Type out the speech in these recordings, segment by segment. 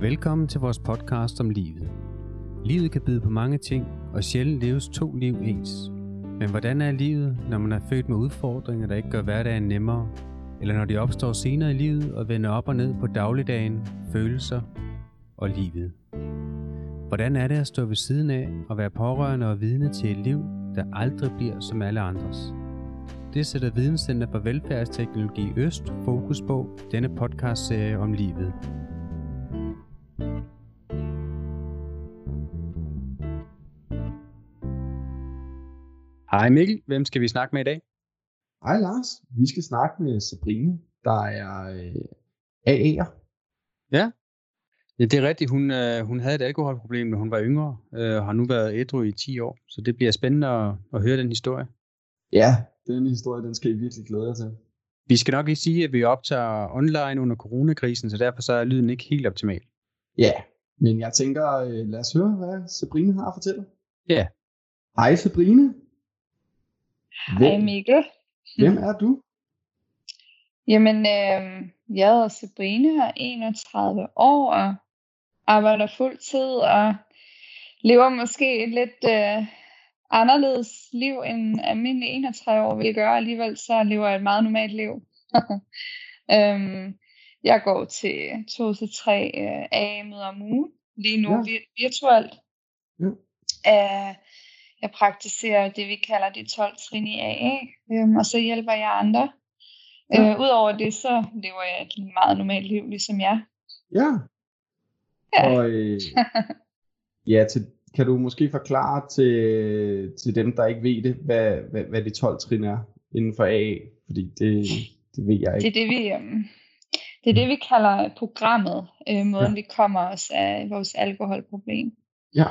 Velkommen til vores podcast om livet. Livet kan byde på mange ting, og sjældent leves to liv ens. Men hvordan er livet, når man er født med udfordringer, der ikke gør hverdagen nemmere? Eller når de opstår senere i livet og vender op og ned på dagligdagen, følelser og livet? Hvordan er det at stå ved siden af og være pårørende og vidne til et liv, der aldrig bliver som alle andres? Det sætter Videnscenter for Velfærdsteknologi Øst fokus på denne podcastserie om livet. Hej Mikkel, hvem skal vi snakke med i dag? Hej Lars, vi skal snakke med Sabrine, der er AA'er. Ja, det er rigtigt. Hun havde et alkoholproblem, når hun var yngre, og har nu været ædru i 10 år. Så det bliver spændende at høre den historie. Ja, den historie, den skal I virkelig glæde jer til. Vi skal nok lige sige, at vi optager online under coronakrisen, så derfor så er lyden ikke helt optimal. Ja, men jeg tænker, lad os høre, hvad Sabrine har at fortælle. Ja. Hej Sabrine. Hej Mikkel. Hvem er du? Jamen, jeg hedder Sabrine, er 31 år og arbejder fuld tid og lever måske et lidt anderledes liv end almindelige 31 år vil gøre. Alligevel så lever jeg et meget normalt liv. Jeg går til 2-3 AA-møder om ugen, lige nu virtuelt. Ja. Jeg praktiserer det, vi kalder de 12 trin i AA, og så hjælper jeg andre. Udover det, så lever jeg et meget normalt liv, ligesom jeg. Ja. Og kan du måske forklare til dem, der ikke ved det, hvad de 12 trin er inden for AA? Fordi det ved jeg ikke. Det er det, vi kalder programmet, måden vi kommer os af vores alkoholproblem. Ja.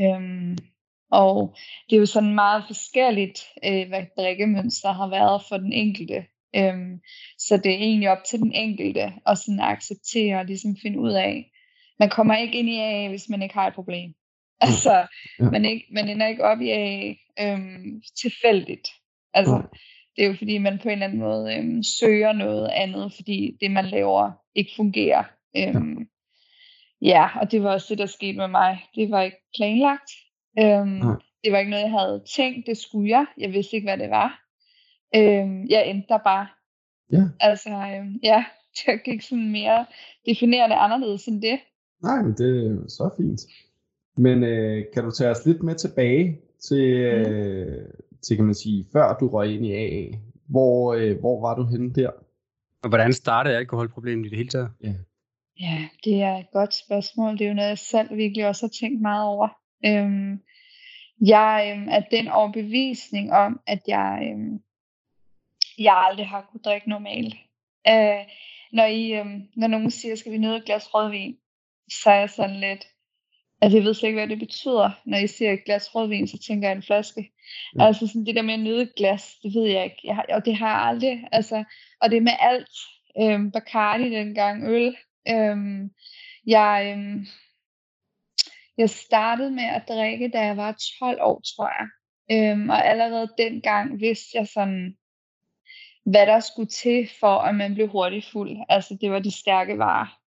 Og det er jo sådan meget forskelligt, hvad drikkemønster har været for den enkelte. Så det er egentlig op til den enkelte at sådan acceptere og ligesom finde ud af. Man kommer ikke ind i AA, hvis man ikke har et problem. Altså, man ender ikke op i AA tilfældigt. Altså, det er jo fordi, man på en eller anden måde søger noget andet, fordi det, man laver, ikke fungerer. Ja, og det var også det, der skete med mig. Det var ikke planlagt. Det var ikke noget, jeg havde tænkt, det skulle jeg. Jeg vidste ikke, hvad det var. Jeg endte der bare. Altså, det gik sådan mere definerende anderledes end det. Nej, men det er så fint. Men kan du tage os lidt med tilbage til kan man sige, før du røg ind i AA? Hvor var du henne der? Og hvordan startede alkoholproblemet i det hele taget? Ja, det er et godt spørgsmål. Det er jo noget, jeg selv virkelig også har tænkt meget over. Jeg er den overbevisning om, at jeg aldrig har kunnet drikke normalt. Når nogen siger, skal vi nyde et glas rødvin, så er jeg sådan lidt, altså jeg ved slet ikke, hvad det betyder. Når I siger et glas rødvin, så tænker jeg en flaske. Altså sådan det der med at nyde et glas, det ved jeg ikke. Og det har jeg aldrig. Altså, og det er med alt. Bacardi dengang, øl. Jeg startede med at drikke, da jeg var 12 år, tror jeg. Og allerede dengang vidste jeg sådan, hvad der skulle til for, at man blev hurtigt fuld. Altså, det var de stærke varer.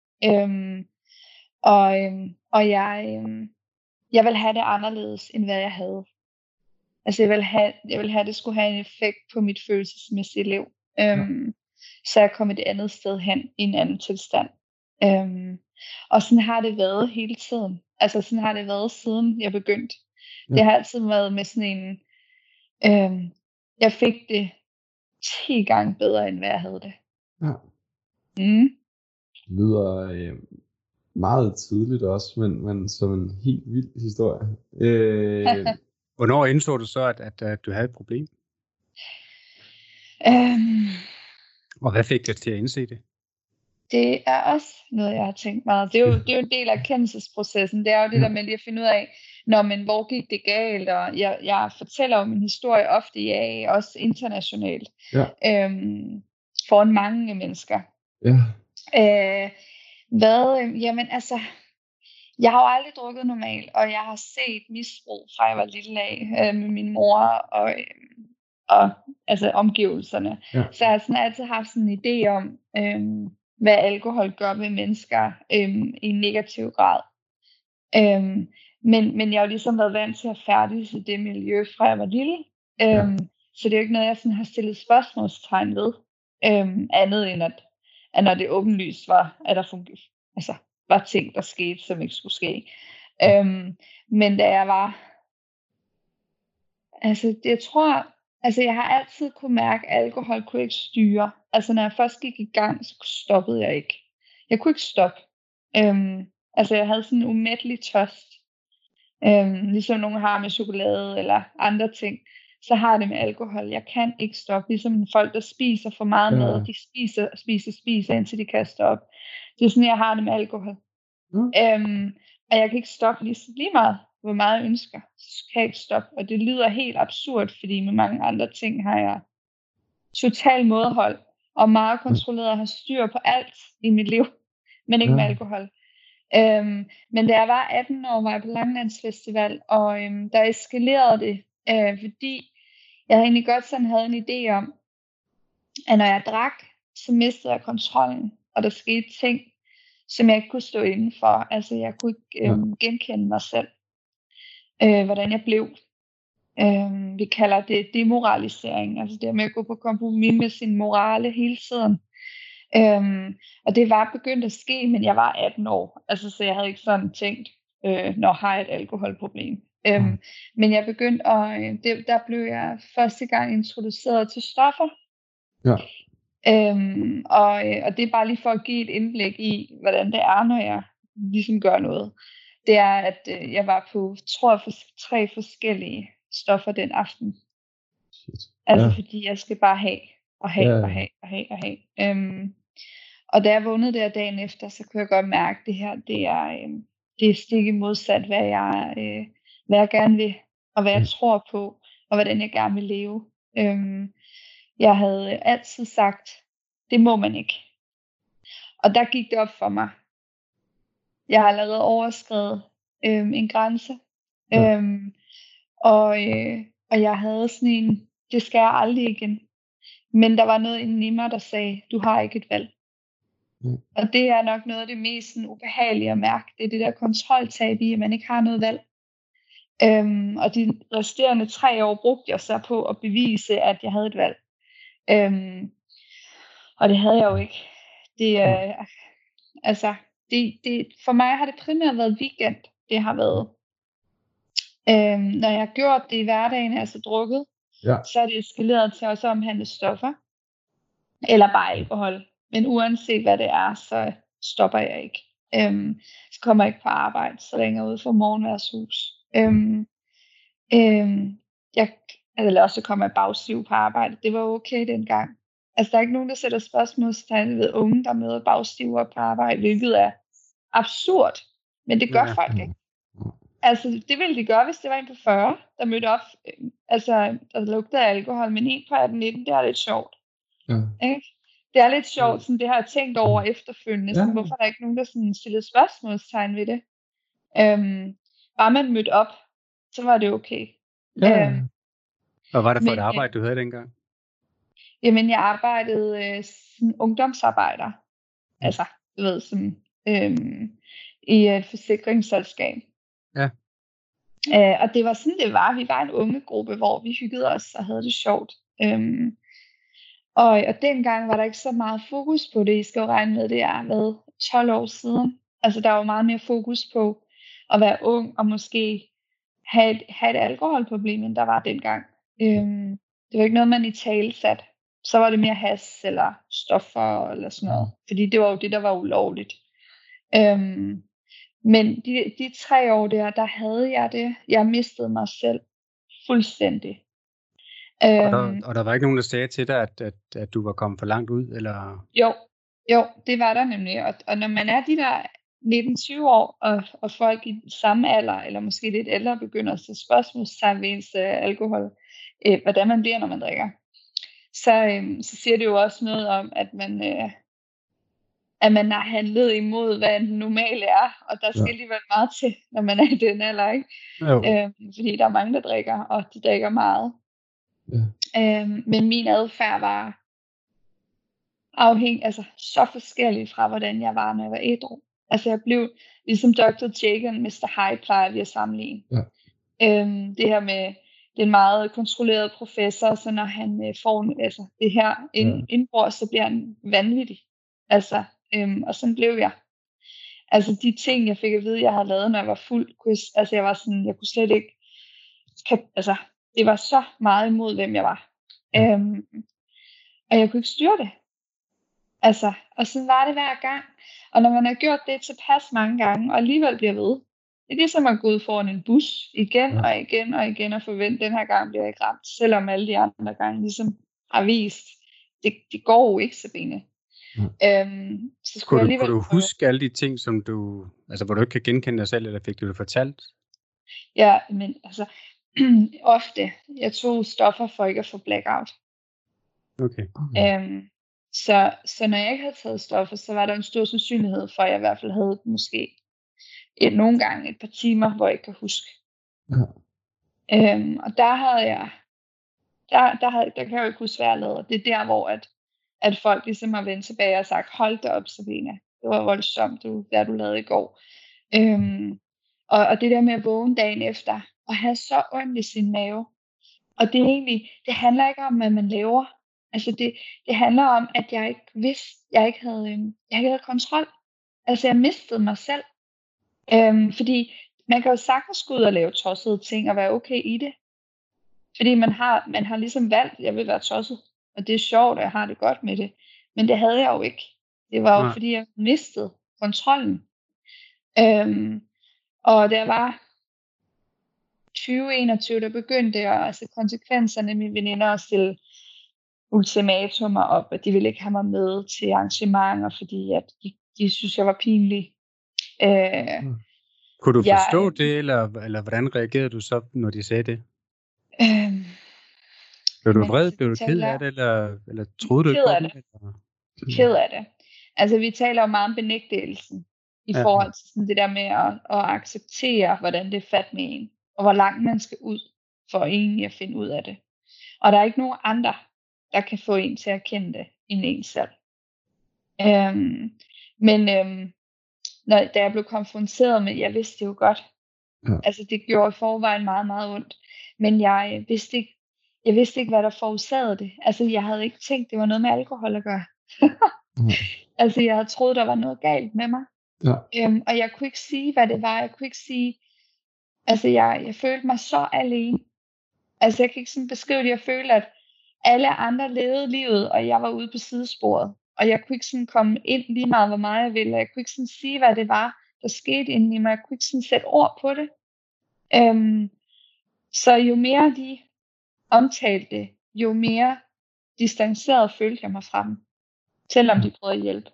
Og jeg ville have det anderledes, end hvad jeg havde. Altså, jeg ville have, det skulle have en effekt på mit følelsesmæssige liv. Så jeg kom et andet sted hen i en anden tilstand. Og sådan har det været hele tiden. Altså sådan har det været siden jeg begyndte. Det har altid været med sådan en jeg fik det 10 gange bedre end hvad jeg havde det. Ja. Det lyder meget tidligt også, men som en helt vild historie. Hvornår indså du så at du havde et problem? Og hvad fik dig til at indse det? Det er også noget, jeg har tænkt meget. Det er jo en del af erkendelsesprocessen. Det er jo det der med lige at finde ud af, hvor gik det galt? Og jeg fortæller jo min historie ofte i AA, også internationalt. Foran mange mennesker. Jamen altså, jeg har jo aldrig drukket normalt, og jeg har set misbrug fra jeg var lille af med min mor og altså omgivelserne. Så jeg har sådan altid haft sådan en idé om, hvad alkohol gør ved mennesker i en negativ grad. Men jeg har jo ligesom været vant til at færdiges i det miljø, fra jeg var lille. Så det er jo ikke noget, jeg sådan har stillet spørgsmålstegn ved. Andet end at når det åbenlyst var, at der var ting, der skete, som ikke skulle ske. Men da jeg var... jeg har altid kunne mærke, at alkohol kunne ikke styre. Altså, når jeg først gik i gang, så stoppede jeg ikke. Jeg kunne ikke stoppe. Jeg havde sådan en umættelig tørst. Ligesom nogen har med chokolade eller andre ting. Så har jeg det med alkohol. Jeg kan ikke stoppe. Ligesom folk, der spiser for meget mad. De spiser, indtil de kaster op. Det er sådan, jeg har det med alkohol. Og jeg kan ikke stoppe lige meget, hvor meget jeg ønsker. Så kan jeg ikke stoppe. Og det lyder helt absurd, fordi med mange andre ting har jeg total mådehold. Og meget kontrolleret og har styr på alt i mit liv. Men ikke med alkohol. Men da jeg var 18 år, var jeg på Langelandsfestival, og der eskalerede det, fordi jeg egentlig godt sådan havde en idé om, at når jeg drak, så mistede jeg kontrollen, og der skete ting, som jeg ikke kunne stå indenfor. Altså jeg kunne ikke genkende mig selv, hvordan jeg blev. Vi kalder det demoralisering, altså det med at gå på kompromis med sin morale hele tiden. Og det var begyndt at ske, men jeg var 18 år, altså så jeg havde ikke sådan tænkt, når har jeg et alkoholproblem. Men jeg begyndte der blev jeg første gang introduceret til stoffer. Og det er bare lige for at give et indblik i, hvordan det er, når jeg ligesom gør noget. Det er, at jeg var på, tror jeg, 3 forskellige stoffer den aften. Altså fordi jeg skal bare have. Og da jeg vågnede der dagen efter, så kunne jeg godt mærke, at det her, det er stik modsat, hvad jeg gerne vil, og hvad jeg tror på, og hvordan jeg gerne vil leve. Jeg havde altid sagt, det må man ikke. Og der gik det op for mig. Jeg har allerede overskredet en grænse. Og jeg havde sådan en, det skal jeg aldrig igen. Men der var noget inden i mig, der sagde, du har ikke et valg. Og det er nok noget af det mest sådan, ubehagelige at mærke. Det er det der kontroltab i, at man ikke har noget valg. Og de resterende 3 år brugte jeg så på at bevise, at jeg havde et valg. Og det havde jeg jo ikke. For mig har det primært været weekend. Det har været, når jeg har gjort det i hverdagen, altså drukket, så er det eskaleret til også at omhandle stoffer. Eller bare alkohol. Men uanset hvad det er, så stopper jeg ikke. Så kommer jeg ikke på arbejde, så længe jeg er ude for morgenværshus. Eller også så kommer jeg bagstiv på arbejde. Det var okay dengang. Altså der er ikke nogen, der sætter spørgsmålstegn ved unge, der møder bagstiver på arbejde, hvilket er absurd. Men det gør folk ikke. Altså det ville de gøre, hvis det var en på 40, der mødte op, der lugtede af alkohol, men en på 18-19, det er lidt sjovt. Ikke? Det er lidt sjovt, sådan, det har jeg tænkt over efterfølgende, sådan, hvorfor der er ikke nogen, der sådan, stillede spørgsmålstegn ved det. Bare man mødte op, så var det okay. Og var det for et arbejde, du havde dengang? Jamen, jeg arbejdede som ungdomsarbejder. Altså, du ved, som i et forsikringsselskab. Og det var sådan, det var. Vi var en ungegruppe, hvor vi hyggede os og havde det sjovt. Og dengang var der ikke så meget fokus på det. I skal jo regne med, det er med 12 år siden. Altså, der var meget mere fokus på at være ung og måske have et alkoholproblem, end der var dengang. Det var ikke noget, man i tale sat. Så var det mere has eller stoffer eller sådan noget. Fordi det var jo det, der var ulovligt. Men de 3 år der havde jeg det. Jeg mistede mig selv fuldstændig. Og der var ikke nogen, der sagde til dig, at du var kommet for langt ud? Eller? Jo, det var der nemlig. Og når man er de der 19-20 år, og folk i samme alder, eller måske lidt ældre, begynder at stille spørgsmålstegn ved ens alkohol, hvordan man bliver, når man drikker, så siger det jo også noget om, at man har handlet imod, hvad den normale er, og der skal alligevel meget til, når man er i den alder, ikke? Fordi der er mange, der drikker, og de drikker meget. Men min adfærd var altså så forskellig fra, hvordan jeg var, når jeg var ædru. Altså jeg blev ligesom Dr. Jekyll og Mr. Hyde, plejer vi at sammenligne. Ja. Det her med den meget kontrollerede professor, så når han får det her indbrud, så bliver han vanvittig. Altså, og sådan blev jeg. Altså de ting, jeg fik at vide, jeg havde lavet, når jeg var fuld, jeg var sådan, jeg kunne slet ikke, det var så meget imod, hvem jeg var. Og jeg kunne ikke styre det. Altså, og sådan var det hver gang. Og når man har gjort det tilpas mange gange, og alligevel bliver ved, det er ligesom at gå ud foran en bus igen og igen og igen og forvente, den her gang bliver jeg ikke ramt, selvom alle de andre gange ligesom har vist, det går jo ikke, Sabine. Så kunne du huske alle de ting, som du, altså hvor du ikke kan genkende dig selv, eller fik du det fortalt? Ja, men altså, ofte, jeg tog stoffer for ikke at få blackout. Okay. Så når jeg ikke havde taget stoffer, så var der en stor sandsynlighed for, at jeg i hvert fald havde måske nogle gange et par timer, hvor jeg ikke kan huske. Og der havde jeg, der kan jeg jo ikke huske, hvad jeg lavede. Det er der, hvor at folk ligesom har vendt tilbage og sagt, hold da op, Sabine, det var voldsomt, hvad du lavede i går. Og det der med at vågne dagen efter, og have så ondt i sin mave. Og det er egentlig, det handler ikke om, hvad man laver. Altså det handler om, at jeg ikke vidste, jeg ikke havde kontrol. Altså jeg mistede mig selv. Fordi man kan jo sagtens gå ud og lave tossede ting og være okay i det. Fordi man har ligesom valgt, at jeg vil være tosset. Og det er sjovt, og jeg har det godt med det. Men det havde jeg jo ikke. Det var jo fordi, jeg mistede kontrollen. Og da jeg var 2021, der begyndte jeg, altså konsekvenserne af mine veninder at stille ultimatumer op, at de ville ikke have mig med til arrangementer, fordi at de synes, jeg var pinlig. Kunne du forstå det, eller hvordan reagerede du så, når de sagde det? Blev du vred? Blev du ked af det, eller troede du ikke på det? Ked af det. Altså vi taler jo meget om benægtelsen i forhold til sådan det der med at acceptere, hvordan det er fat med en, og hvor langt man skal ud for egentlig at finde ud af det. Og der er ikke nogen andre, der kan få en til at kende det end en selv. Da jeg blev konfronteret med, jeg vidste det jo godt. Altså det gjorde i forvejen meget, meget ondt. Men jeg vidste ikke, hvad der forårsagede det. Altså jeg havde ikke tænkt, det var noget med alkohol at gøre. Altså jeg havde troet, der var noget galt med mig. Og jeg kunne ikke sige, hvad det var. Jeg kunne ikke sige, altså jeg følte mig så alene. Altså jeg kan ikke sådan beskrive det. Jeg følte, at alle andre levede livet, og jeg var ude på sidesporet. Og jeg kunne ikke sådan komme ind lige meget, hvor meget jeg ville. Jeg kunne ikke sådan sige, hvad det var, der skete inde i mig. Jeg kunne ikke sådan sætte ord på det. Så jo mere de omtalte det, jo mere distanceret følte jeg mig fra dem. Selvom de prøvede at hjælpe.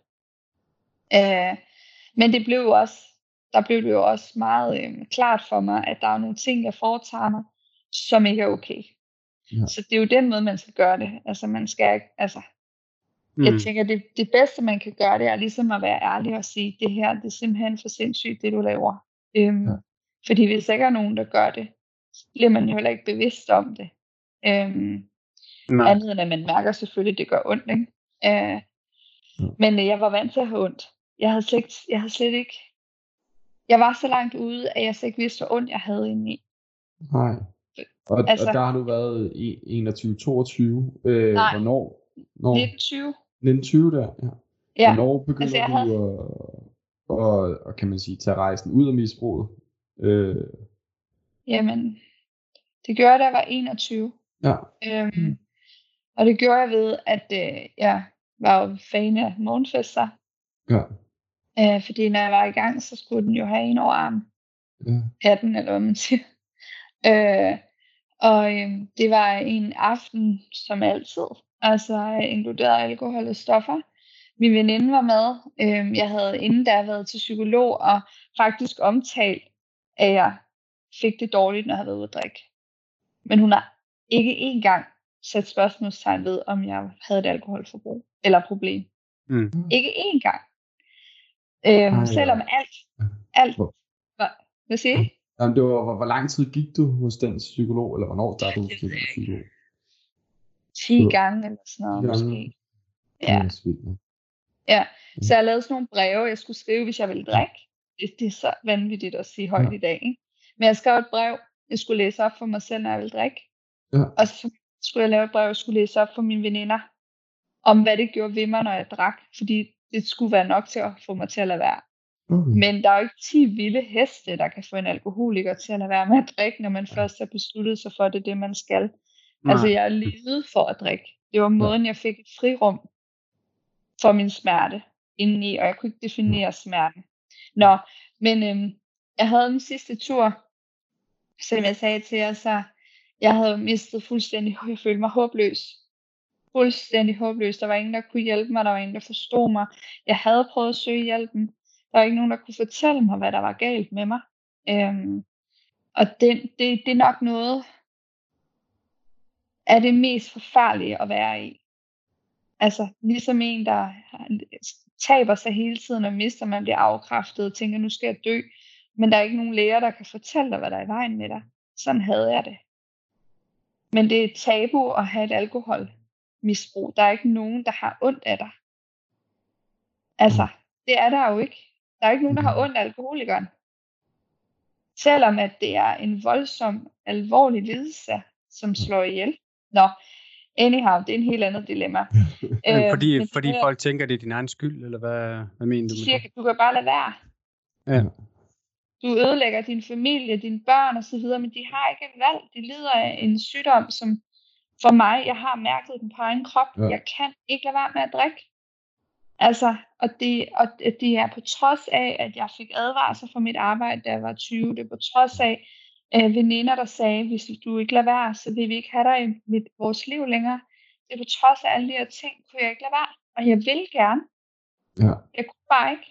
Men det blev det jo også meget klart for mig, at der er nogle ting, jeg foretager mig, som ikke er okay. Så det er jo den måde, man skal gøre det. Altså man skal ikke, jeg tænker, det bedste man kan gøre, det er ligesom at være ærlig og sige, det her, det er simpelthen for sindssygt, det du laver. Fordi hvis ikke er nogen, der gør det, så bliver man jo heller ikke bevidst om det. Andet end at man mærker selvfølgelig, det gør ondt, ikke? Men jeg var vant til at have ondt. Jeg var så langt ude, at jeg slet ikke vidste, hvor ondt jeg havde inde i. Nej. Og der har du været i 21-22. Nej. Hvornår? 1920. 1920 der, ja. Hvornår begynder du at kan man sige, tage rejsen ud af misbruget? Jamen, det gjorde jeg, da jeg var 21. Ja. Og det gjorde jeg ved, at jeg var jo fan af morgenfester. Ja. Fordi når jeg var i gang, så skulle den jo have en over armen. Hatten, eller hvad man siger. Det var en aften, som altid. Altså inkluderet alkohol og stoffer. Min veninde var med. Jeg havde inden da været til psykolog, og faktisk omtalt, at jeg fik det dårligt, når jeg havde været ude at drikke. Men hun har ikke engang sat spørgsmålstegn ved, om jeg havde et alkoholforbrug eller problem. Ikke engang. Selvom alt var... Hvad siger I? Jamen, det var, hvor lang tid gik du hos den psykolog, eller hvornår startede du hos den psykolog? 10 gange eller sådan noget måske. Ja. Det er sygt. Ja, så jeg lavede sådan nogle breve, jeg skulle skrive, hvis jeg ville drikke. Det er så vanvittigt at sige højt i dag, ikke? Men jeg skrev et brev, jeg skulle læse op for mig selv, når jeg ville drikke. Ja. Og så skulle jeg lave et brev, jeg skulle læse op for mine veninder, om hvad det gjorde ved mig, når jeg drak. Fordi det skulle være nok til at få mig til at lade være. Men der er jo ikke 10 vilde heste, der kan få en alkoholiker til at lade være med at drikke, når man først har besluttet sig for, at det er det, man skal. Altså, jeg levede for at drikke. Det var måden, jeg fik et frirum for min smerte indeni, og jeg kunne ikke definere smerten. Nå, men jeg havde den sidste tur, som jeg sagde til jer, så jeg havde mistet fuldstændig, jeg følte mig håbløs. Fuldstændig håbløs. Der var ingen, der kunne hjælpe mig, der var ingen, der forstod mig. Jeg havde prøvet at søge hjælpen. Der var ikke nogen, der kunne fortælle mig, hvad der var galt med mig. Og det er nok noget af det mest forfærdelige at være i. Altså, ligesom en, der taber sig hele tiden og mister, man bliver afkræftet og tænker, nu skal jeg dø. Men der er ikke nogen læger, der kan fortælle dig, hvad der er i vejen med dig. Sådan havde jeg det. Men det er et tabu at have et alkoholmisbrug. Der er ikke nogen, der har ondt af dig. Altså, det er der jo ikke. Der er ikke nogen, der har ondt af alkoholikeren. Selvom at det er en voldsom, alvorlig lidelse, som slår ihjel. Nå, anyhow, det er en helt andet dilemma. Fordi folk tænker, det er din egen skyld, eller hvad mener du med det? Du kan bare lade være. Ja. Du ødelægger din familie, dine børn osv., men de har ikke et valg. De lider af en sygdom, som for mig, jeg har mærket den på egen krop. Ja. Jeg kan ikke lade være med at drikke. Altså, og det er på trods af, at jeg fik advarsler fra mit arbejde, da jeg var 20. Det er på trods af veninder, der sagde, hvis du ikke lader være, så vil vi ikke have dig i vores liv længere. Det er på trods af alle de her ting, kunne jeg ikke lade være. Og jeg vil gerne. Ja. Jeg kunne bare ikke.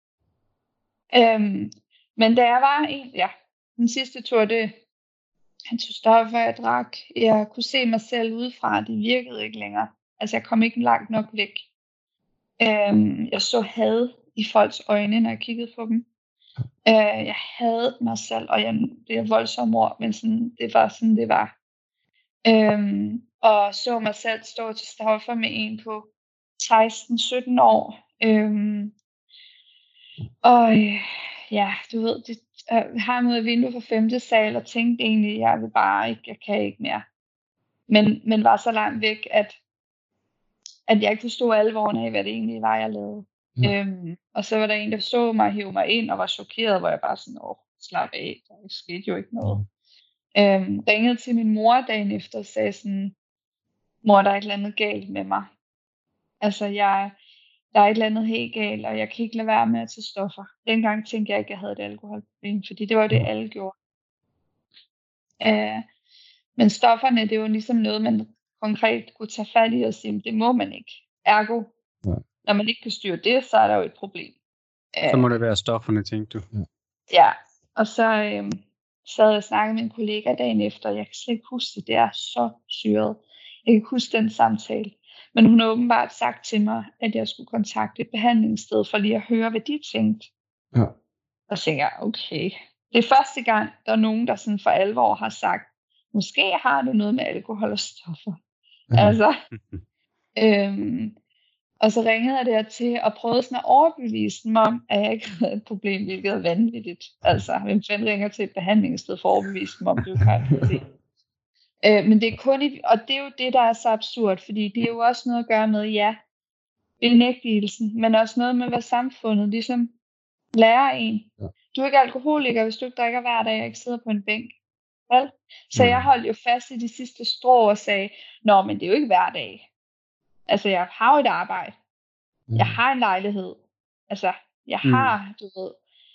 Men da jeg var den sidste tur, han tog stoffer, jeg drak. Jeg kunne se mig selv udefra, det virkede ikke længere. Altså, jeg kom ikke langt nok væk. Jeg så had i folks øjne, når jeg kiggede på dem. Jeg havde mig selv, og det er voldsomt ord, men det var sådan, det var. Og så mig selv stå til stoffer med en på 16-17 år. Du ved, det har mod et vindue fra 5. sal, og tænkte egentlig, jeg vil bare ikke, jeg kan ikke mere. Men var så langt væk, at jeg ikke forstod alvoren af, hvad det egentlig var, jeg lavede. Og så var der en, der så mig, hive mig ind, og var chokeret, hvor jeg bare sådan, slap af, der skete jo ikke noget. Ringede til min mor dagen efter, og sagde sådan, mor, der er et eller andet galt med mig. Altså, der er et eller andet helt galt, og jeg kan ikke lade være med at tage stoffer. Dengang tænkte jeg ikke, at jeg havde et alkoholproblem, fordi det var det, alle gjorde. Men stofferne, det var ligesom noget, man konkret kunne tage fat i og sige, det må man ikke. Ergo, når man ikke kan styre det, så er der jo et problem. Så må det være stofferne, tænkte du. Ja, og så sad jeg og snakkede med en kollega dagen efter, jeg kan slet ikke huske det, er så syret. Jeg kan ikke huske den samtale. Men hun har åbenbart sagt til mig, at jeg skulle kontakte et behandlingssted, for lige at høre, hvad de tænkte. Ja. Og så tænkte jeg, okay. Det er første gang, der er nogen, der sådan for alvor har sagt, måske har du noget med alkohol og stoffer. Altså. Og så ringede jeg dertil og prøvede sådan at overbevise dem om, at jeg ikke havde et problem, hvilket er vanvittigt. Altså, hvem fanden ringer til et behandlingssted for at overbevise dem om, at du ikke har et problem. Men det er kun og det er jo det, der er så absurd, fordi det er jo også noget at gøre med, benægtelsen, men også noget med, hvad samfundet ligesom lærer en. Ja. Du er ikke alkoholiker, hvis du ikke drikker hver dag og ikke sidder på en bænk. Vel? Så jeg holdt jo fast i de sidste strå og sagde, nå, men det er jo ikke hver dag. Altså, jeg har jo et arbejde. Jeg har en lejlighed. Altså, jeg har, du ved.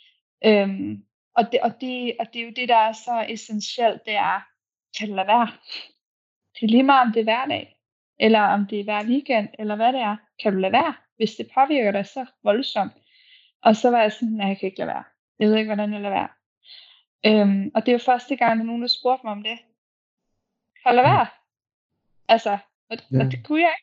Og det er jo det, der er så essentielt, det er, kan du lade være? Det er lige meget, om det er hverdag, eller om det er hver weekend, eller hvad det er. Kan du lade være, hvis det påvirker dig så voldsomt? Og så var jeg sådan, nej, jeg kan ikke lade være. Jeg ved ikke, hvordan jeg lader være. Og det er jo første gang, der er nogen, der spurgte mig om det. Kan du lade være? Altså, og det kunne jeg ikke.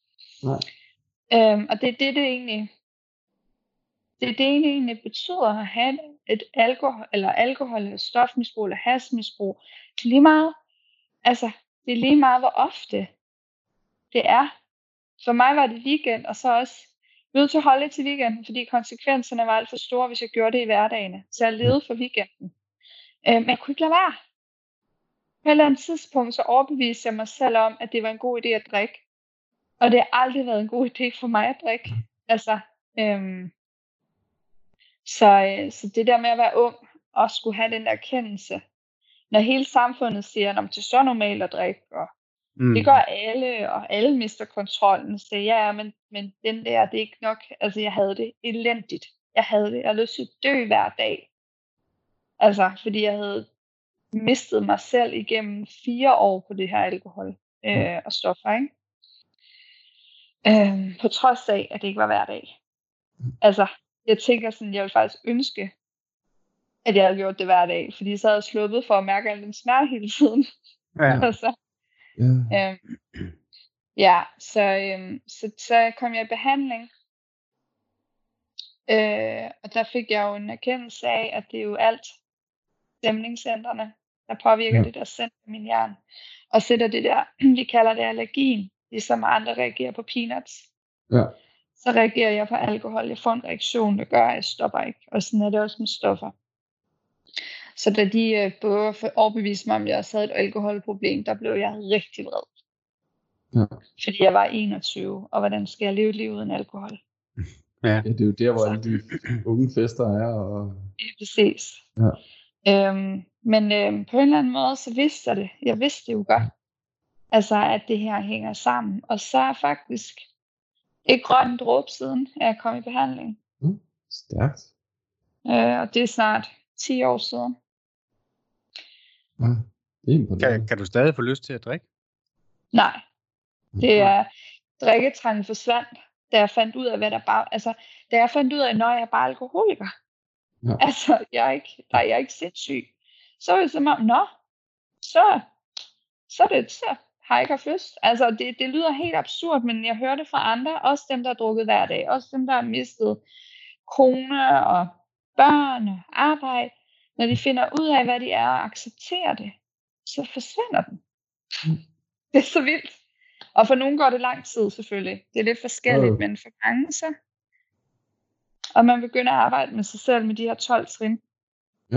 Og det er det egentlig. Det er det egentlig betyder at have et alkohol eller stofmisbrug eller hashmisbrug. Det er lige meget, altså det er lige meget hvor ofte det er. for mig var det weekend, og så også nødt til at holde det til weekenden, fordi konsekvenserne var alt for store, hvis jeg gjorde det i hverdagene. Så jeg levede for weekenden. Men jeg kunne ikke lade være. På et eller andet tidspunkt, så overbeviste jeg mig selv om, at det var en god idé at drikke. Og det har aldrig været en god idé for mig at drikke. Altså, så det der med at være ung, og skulle have den erkendelse, når hele samfundet siger, at det er så normalt at drikke, og det gør alle, og alle mister kontrollen, så ja, men den der, det er ikke nok. Altså, jeg havde det elendigt. Jeg havde lyst til at dø hver dag. Altså, fordi jeg havde mistet mig selv igennem 4 år på det her alkohol og stoffer, ikke? På trods af, at det ikke var hver dag. Altså, jeg tænker sådan, jeg ville faktisk ønske, at jeg havde gjort det hver dag, fordi så havde jeg sluppet for at mærke al den smerte hele tiden. Ja. Altså, så kom jeg i behandling, og der fik jeg jo en erkendelse af, at det er jo alt stemningscentrene, der påvirker det der center i min hjerne, og sætter det der, vi kalder det allergien, ligesom andre reagerer på peanuts. Ja. Så reagerer jeg på alkohol, jeg får en reaktion, der gør, at jeg stopper ikke, og sådan er det også med stoffer. Så da de både overbeviste mig om, at jeg havde et alkoholproblem, der blev jeg rigtig vred. Ja. Fordi jeg var 21, og hvordan skal jeg leve et liv uden alkohol? Ja, det er jo der, hvor alle de unge fester er. Og... Ja, præcis. Ja. Men på en eller anden måde, så vidste jeg det. Jeg vidste det jo godt. Altså, at det her hænger sammen. Og så er faktisk ikke rørt en dråbe siden, at jeg kom i behandling. Stærkt. Og det er snart 10 år siden. Ja, det er imponerende. Kan du stadig få lyst til at drikke? Nej. Det er drikketrangen forsvandt, da jeg fandt ud af, hvad der bare... Altså, da jeg fandt ud af, når jeg er bare alkoholiker. Ja. Altså, jeg er ikke sindssyg. Så er det som om, så har jeg ikke haft lyst. Altså, det lyder helt absurd, men jeg hører det fra andre. Også dem, der har drukket hver dag. Også dem, der har mistet kone og børn og arbejde. Når de finder ud af, hvad de er og accepterer det, så forsvinder den. Det er så vildt. Og for nogen går det lang tid selvfølgelig. Det er lidt forskelligt, men for mange så. Og man begynder at arbejde med sig selv med de her 12 trin. Ja.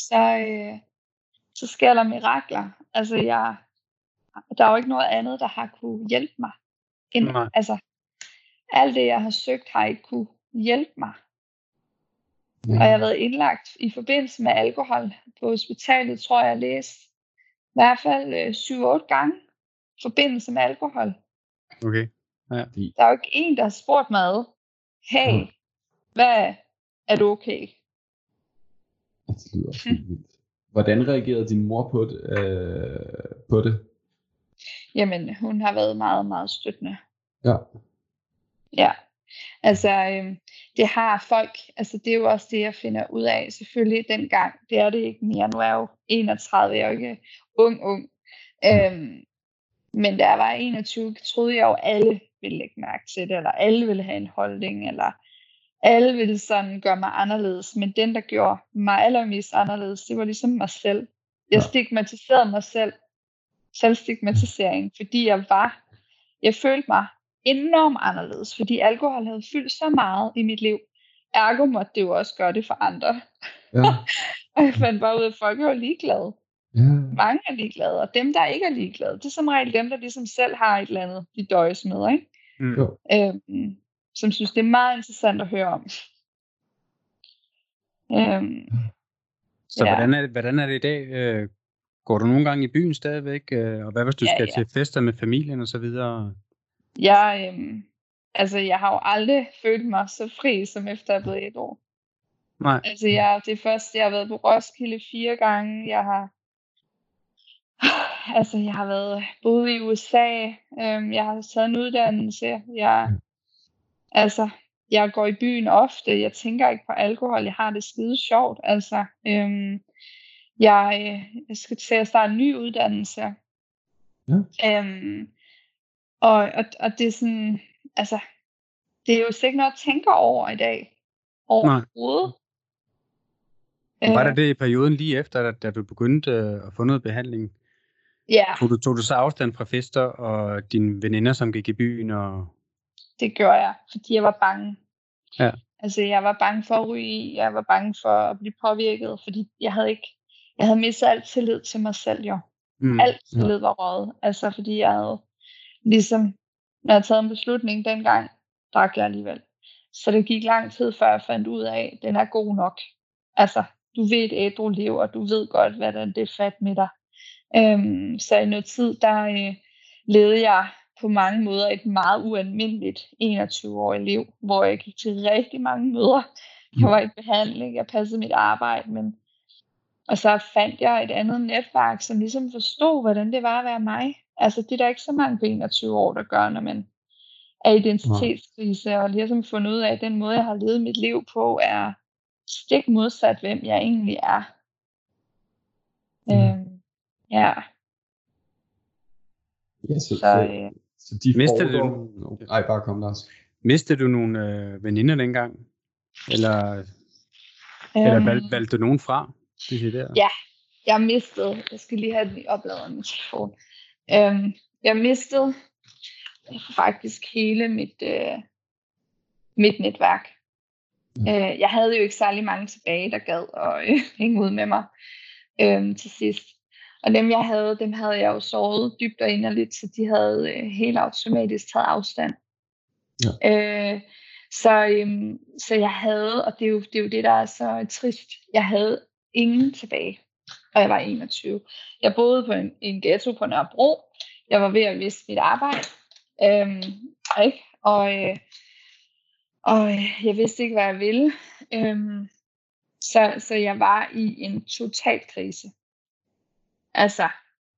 Så sker der mirakler. Altså der er jo ikke noget andet, der har kunne hjælpe mig. Altså alt det, jeg har søgt, har ikke kunne hjælpe mig. Ja. Og jeg har været indlagt i forbindelse med alkohol på hospitalet, tror jeg læste i hvert fald 7-8 gange i forbindelse med alkohol. Okay. Ja. Der er jo ikke en, der har spurgt mig, hey, hvad er du okay? Det lyder vildt. Hvordan reagerede din mor på det? Jamen, hun har været meget, meget støttende. Ja. Ja. Altså, det har folk, altså det er jo også det, jeg finder ud af, selvfølgelig dengang, det er det ikke mere, nu er jeg jo 31, jeg er jo ikke ung, men da jeg var 21, troede jeg jo, alle ville lægge mærke til det, eller alle ville have en holdning, eller alle ville sådan gøre mig anderledes, men den, der gjorde mig allermest anderledes, det var ligesom mig selv. Jeg stigmatiserede mig selv, selvstigmatisering, fordi jeg følte mig enormt anderledes, fordi alkohol havde fyldt så meget i mit liv. Ergo måtte det jo også gøre det for andre. Ja. Og jeg fandt bare ud af, at folk er jo ligeglade. Ja. Mange er ligeglade, og dem, der ikke er ligeglade, det er som regel dem, der ligesom selv har et eller andet, de døjes med, ikke? Som synes, det er meget interessant at høre om. Så hvordan er det i dag? Går du nogle gange i byen stadigvæk? Og hvad hvis du skal til fester med familien og så videre? Jeg har jo aldrig følt mig så fri, som efter jeg er blevet 1 år. Nej. Altså, det er først, jeg har været på Roskilde 4 gange. Jeg har boet i USA. Jeg har taget en uddannelse. Jeg går i byen ofte. Jeg tænker ikke på alkohol. Jeg har det skide sjovt. Altså, jeg skal til at starte en ny uddannelse. Ja. Og det er sådan, altså, det er jo sikkert noget at tænke over i dag. Overhovedet. Var det i perioden lige efter, da du begyndte at få noget behandling? Ja. Tog du så afstand fra fester og dine veninder, som gik i byen? Og... Det gjorde jeg, fordi jeg var bange. Ja. Altså, jeg var bange for at ryge i. Jeg var bange for at blive påvirket, fordi jeg havde mistet alt tillid til mig selv, jo. Alt tillid var røget. Altså, fordi jeg havde ligesom, når jeg havde taget en beslutning dengang, drak jeg alligevel. Så det gik lang tid, før jeg fandt ud af, at den er god nok. Altså, du ved et ædru liv, og du ved godt, hvad det er fat med dig. Så i noget tid, der levede jeg på mange måder et meget ualmindeligt 21-årigt liv, hvor jeg gik til rigtig mange møder. Jeg var i behandling, jeg passede mit arbejde, og så fandt jeg et andet netværk, som ligesom forstod, hvordan det var at være mig. Altså, det er der ikke så mange på 21 år, der gør, når man er identitetskrise, og ligesom fundet ud af, at den måde, jeg har levet mit liv på, er stik modsat, hvem jeg egentlig er. Ja. Ja, så de fordomme... Ej, bare kom, Lars. Mistede du nogle veninder dengang? Eller valgte du nogen fra? Ja, jeg mistede... Jeg skal lige have den opladet min telefon. Jeg mistede faktisk hele mit netværk. Jeg havde jo ikke særlig mange tilbage, der gad at hænge ud med mig til sidst. Og dem jeg havde, jeg jo såret dybt og inderligt, så de havde helt automatisk taget afstand. Ja. Så jeg havde, og det er jo det, der er så trist, jeg havde ingen tilbage, og jeg var 21. Jeg boede på en ghetto på Nørrebro. Jeg var ved at miste mit arbejde. Og jeg vidste ikke, hvad jeg ville. Så jeg var i en total krise. Altså,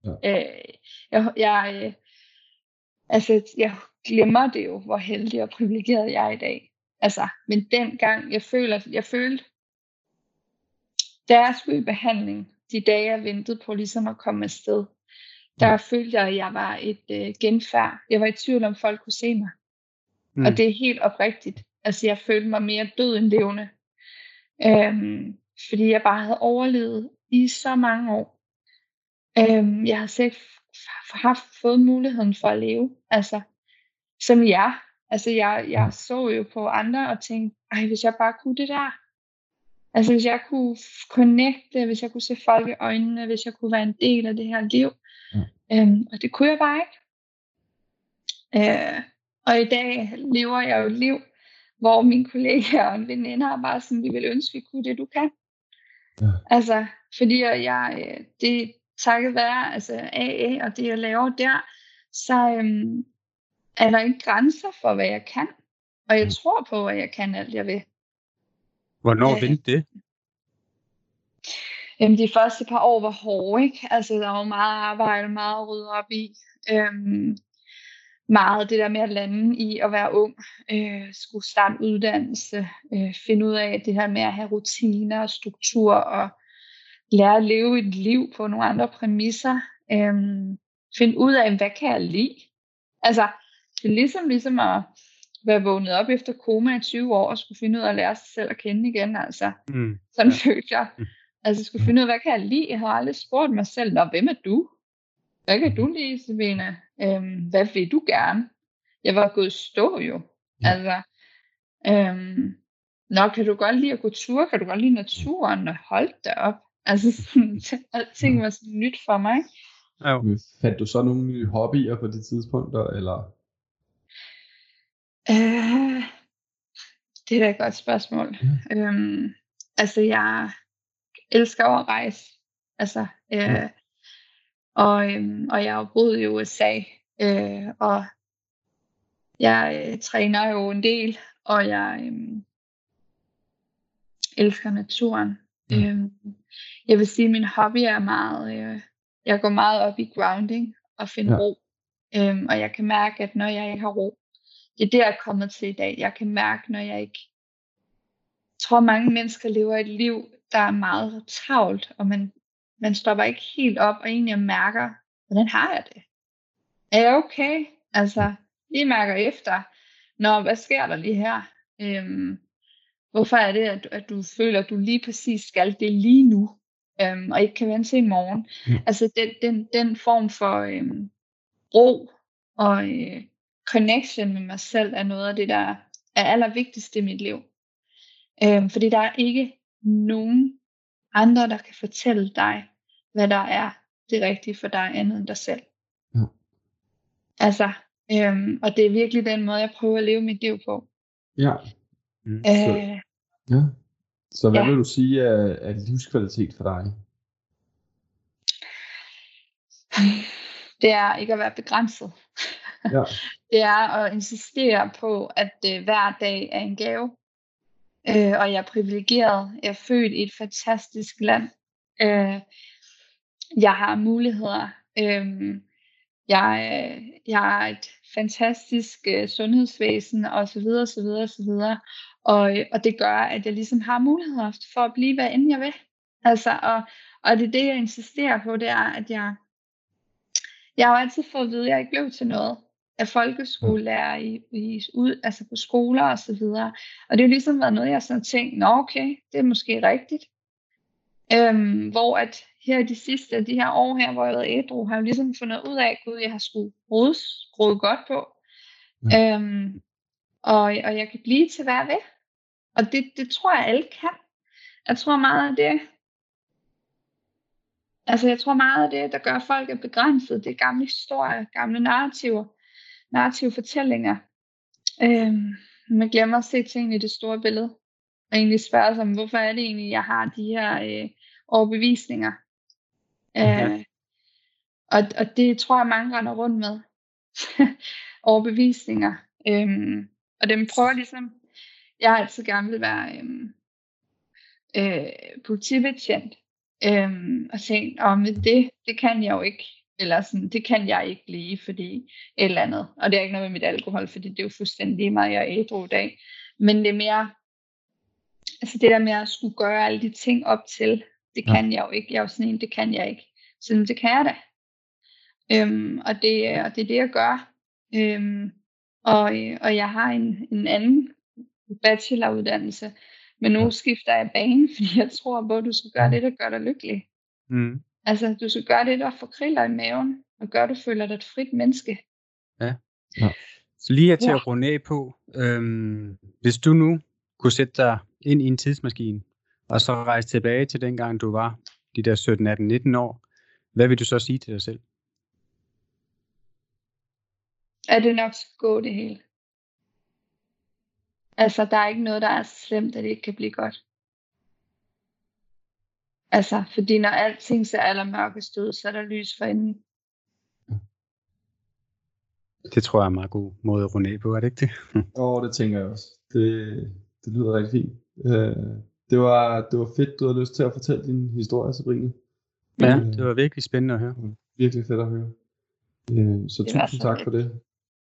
jeg glemmer det jo, hvor heldig og privilegeret jeg er i dag. Altså, men dengang, jeg følte, da jeg skulle i behandling, de dage jeg ventede på ligesom at komme afsted, der følte jeg, at jeg var et genfærd. Jeg var i tvivl om folk kunne se mig. Og det er helt oprigtigt. Altså, jeg følte mig mere død end levende. Fordi jeg bare havde overlevet i så mange år. Jeg havde selv fået muligheden for at leve. Altså, som jer. Altså, jeg så jo på andre og tænkte, hvis jeg bare kunne det der. Altså, hvis jeg kunne connecte, hvis jeg kunne se folk i øjnene, hvis jeg kunne være en del af det her liv. Og det kunne jeg bare ikke. Og i dag lever jeg jo et liv, hvor mine kollegaer og veninde har bare sådan, vi vil ønske, vi kunne det, du kan. Ja. Altså, fordi det takket være altså AA og det, jeg laver der, så er der ikke grænser for, hvad jeg kan. Og jeg tror på, at jeg kan alt, jeg vil. Hvornår vendte det? De første par år var hårde, ikke? Altså, der var meget arbejde, meget at rydde op i. Meget det der med at lande i at være ung, skulle starte uddannelse, finde ud af det her med at have rutiner og struktur, og lære at leve et liv på nogle andre præmisser. Finde ud af, hvad kan jeg lide? Altså, det er ligesom at være vågnet op efter koma i 20 år, og skulle finde ud af at lære sig selv at kende igen. Altså, sådan følte jeg. Altså, jeg skulle finde ud af, hvad kan jeg lide? Jeg havde aldrig spurgt mig selv, hvem er du? Hvad kan du lide, Sabine? Hvad vil du gerne? Jeg var gået stå jo. Altså, kan du godt lide at gå tur? Kan du godt lide naturen? Og hold da op. Altså, alting var sådan nyt for mig. Fandt du så nogle nye hobbyer på det tidspunkt, eller? Det er da et godt spørgsmål. Altså, jeg elsker at rejse. Altså, og jeg har boet i USA, og jeg træner jo en del, og jeg elsker naturen. Jeg vil sige, at min hobby er meget, jeg går meget op i grounding og finde ro, og jeg kan mærke, at når jeg ikke har ro, det er det, jeg er kommet til i dag. Jeg kan mærke, når jeg ikke... Jeg tror, mange mennesker lever et liv, der er meget travlt, og man stopper ikke helt op, og egentlig mærker, hvordan har jeg det? Er jeg okay? Altså, lige mærker efter, hvad sker der lige her? Hvorfor er det, at du føler, at du lige præcis skal det lige nu, og ikke kan vente til i morgen? Altså, den form for ro og connection med mig selv er noget af det, der er allervigtigst i mit liv. Fordi der er ikke nogen andre, der kan fortælle dig, hvad der er det rigtige for dig andet end dig selv. Ja. Altså, og det er virkelig den måde, jeg prøver at leve mit liv på. Ja. Så hvad vil du sige er livskvalitet for dig? Det er ikke at være begrænset. Ja. Det er at insistere på, at hver dag er en gave. Og jeg er privilegeret. Jeg er født i et fantastisk land. Jeg har muligheder. Jeg har et fantastisk sundhedsvæsen og så videre, så videre, så videre. Og det gør, at jeg ligesom har muligheder for at blive, hvad end jeg vil. Altså, og det er det, jeg insisterer på, det er, at jeg har jo altid fået at vide, at jeg ikke blev til noget af folkeskolelærer altså på skoler og så videre. Og det er jo ligesom været noget, jeg sådan tænkt, nå okay, det er måske rigtigt. Hvor at her de her år her, hvor jeg har været ædru, har jeg jo ligesom fundet ud af, at jeg har skruet godt på. Og jeg kan blive til hvad jeg vil. Og det tror jeg alle kan. Jeg tror meget af det, der gør folk er begrænset. Det er gamle historier, gamle narrative fortællinger. Man glemmer at se tingene i det store billede. Og egentlig spørge sig om, hvorfor er det egentlig, jeg har de her overbevisninger. Og det tror jeg, mange render rundt med. Overbevisninger. Og dem prøver ligesom, jeg har altid gerne vil være politibetjent. Og tænkt, det kan jeg jo ikke. Eller sådan, det kan jeg ikke blive, fordi et eller andet. Og det er ikke noget med mit alkohol, fordi det er jo fuldstændig lige meget, jeg er ædru i dag. Men det er mere, altså det der med at skulle gøre alle de ting op til, det kan jeg jo ikke. Jeg er jo sådan en, det kan jeg ikke. Så det kan jeg da. Og det er det, jeg gør. Og jeg har en anden bacheloruddannelse. Men nu skifter jeg bane, fordi jeg tror på, at du skal gøre det, der gør dig lykkelig. Altså, du skal gøre det, der får kriller i maven, og gør, at du føler dig et frit menneske. Ja. Så lige her til at runde af på, hvis du nu kunne sætte dig ind i en tidsmaskine, og så rejse tilbage til dengang, du var de der 17, 18, 19 år, hvad vil du så sige til dig selv? At det nok skal gå det hele. Altså, der er ikke noget, der er så slemt, at det ikke kan blive godt. Altså, fordi når alting ser allermørkest ud, så er der lys for enden. Det tror jeg er en meget god måde at runde af på, er det ikke det? Det tænker jeg også. Det lyder rigtig fint. Det var fedt, du havde lyst til at fortælle din historie, Sabrine. Ja, det var virkelig spændende at høre. Virkelig fedt at høre. Så tusind tak for det.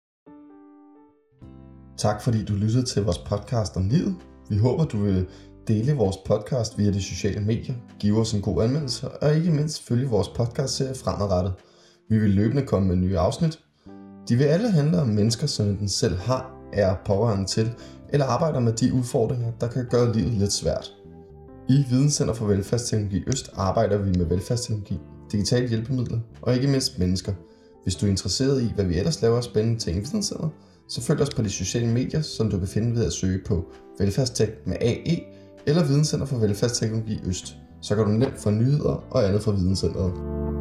Tak fordi du lyttede til vores podcast om livet. Vi håber, du vil dele vores podcast via de sociale medier, give os en god anmeldelse og ikke mindst følge vores podcastserie fremadrettet. Vi vil løbende komme med nye afsnit. De vil alle handle om mennesker, som enten selv har, er pårørende til eller arbejder med de udfordringer, der kan gøre livet lidt svært. I Videnscenter for Velfærdsteknologi Øst arbejder vi med velfærdsteknologi, digitale hjælpemidler og ikke mindst mennesker. Hvis du er interesseret i, hvad vi ellers laver af spændende ting i Videnscenter, så følg os på de sociale medier, som du kan finde ved at søge på Velfærdstek med AE eller Videnscenter for Velfærdsteknologi Øst. Så kan du nemt få nyheder og andet fra Videnscenteret.